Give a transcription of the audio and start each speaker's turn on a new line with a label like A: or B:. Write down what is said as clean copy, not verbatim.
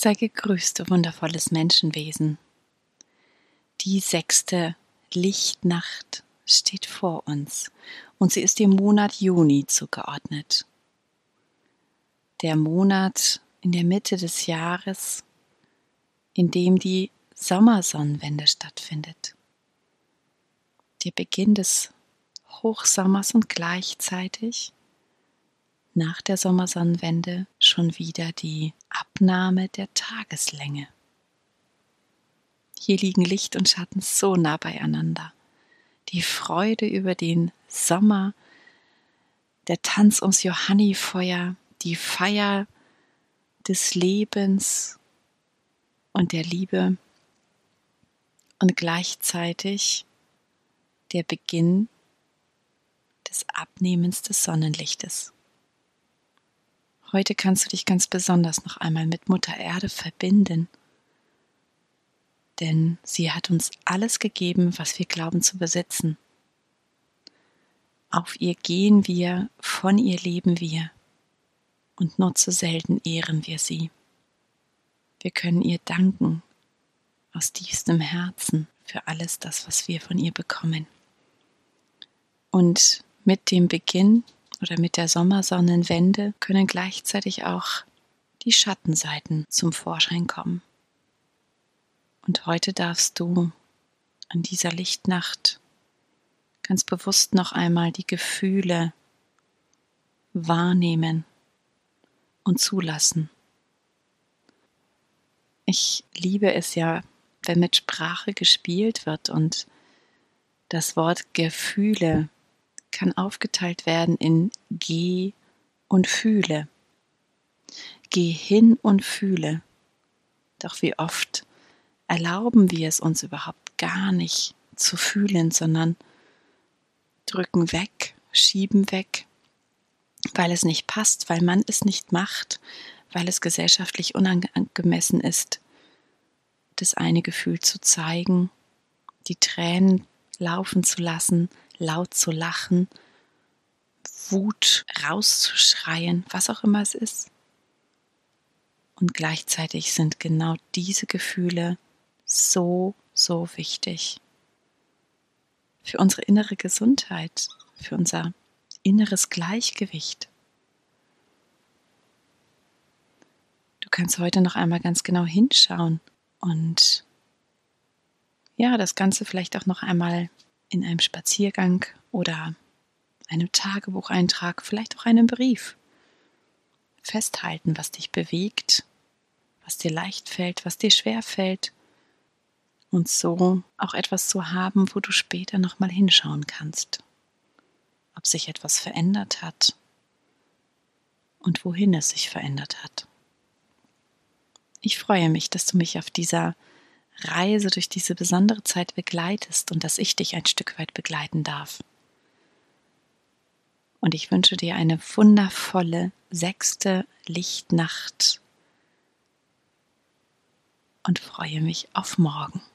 A: Sei gegrüßt, du wundervolles Menschenwesen. Die 6. Lichtnacht steht vor uns und sie ist dem Monat Juni zugeordnet. Der Monat in der Mitte des Jahres, in dem die Sommersonnenwende stattfindet. Der Beginn des Hochsommers und gleichzeitig nach der Sommersonnenwende schon wieder die Abnahme der Tageslänge. Hier liegen Licht und Schatten so nah beieinander. Die Freude über den Sommer, der Tanz ums Johannifeuer, die Feier des Lebens und der Liebe und gleichzeitig der Beginn des Abnehmens des Sonnenlichtes. Heute kannst du dich ganz besonders noch einmal mit Mutter Erde verbinden, denn sie hat uns alles gegeben, was wir glauben zu besitzen. Auf ihr gehen wir, von ihr leben wir und nur zu selten ehren wir sie. Wir können ihr danken aus tiefstem Herzen für alles das, was wir von ihr bekommen. Und mit dem Beginn oder mit der Sommersonnenwende können gleichzeitig auch die Schattenseiten zum Vorschein kommen. Und heute darfst du an dieser Lichtnacht ganz bewusst noch einmal die Gefühle wahrnehmen und zulassen. Ich liebe es ja, wenn mit Sprache gespielt wird und das Wort Gefühle kann aufgeteilt werden in Geh und Fühle. Geh hin und fühle. Doch wie oft erlauben wir es uns überhaupt gar nicht zu fühlen, sondern drücken weg, schieben weg, weil es nicht passt, weil man es nicht macht, weil es gesellschaftlich unangemessen ist, das eine Gefühl zu zeigen, die Tränen laufen zu lassen, laut zu lachen, Wut rauszuschreien, was auch immer es ist. Und gleichzeitig sind genau diese Gefühle so, so wichtig für unsere innere Gesundheit, für unser inneres Gleichgewicht. Du kannst heute noch einmal ganz genau hinschauen und ja, das Ganze vielleicht auch noch einmal in einem Spaziergang oder einem Tagebucheintrag, vielleicht auch einem Brief festhalten, was dich bewegt, was dir leicht fällt, was dir schwer fällt und so auch etwas zu haben, wo du später nochmal hinschauen kannst, ob sich etwas verändert hat und wohin es sich verändert hat. Ich freue mich, dass du mich auf dieser Reise durch diese besondere Zeit begleitest und dass ich dich ein Stück weit begleiten darf. Und ich wünsche dir eine wundervolle 6. Lichtnacht und freue mich auf morgen.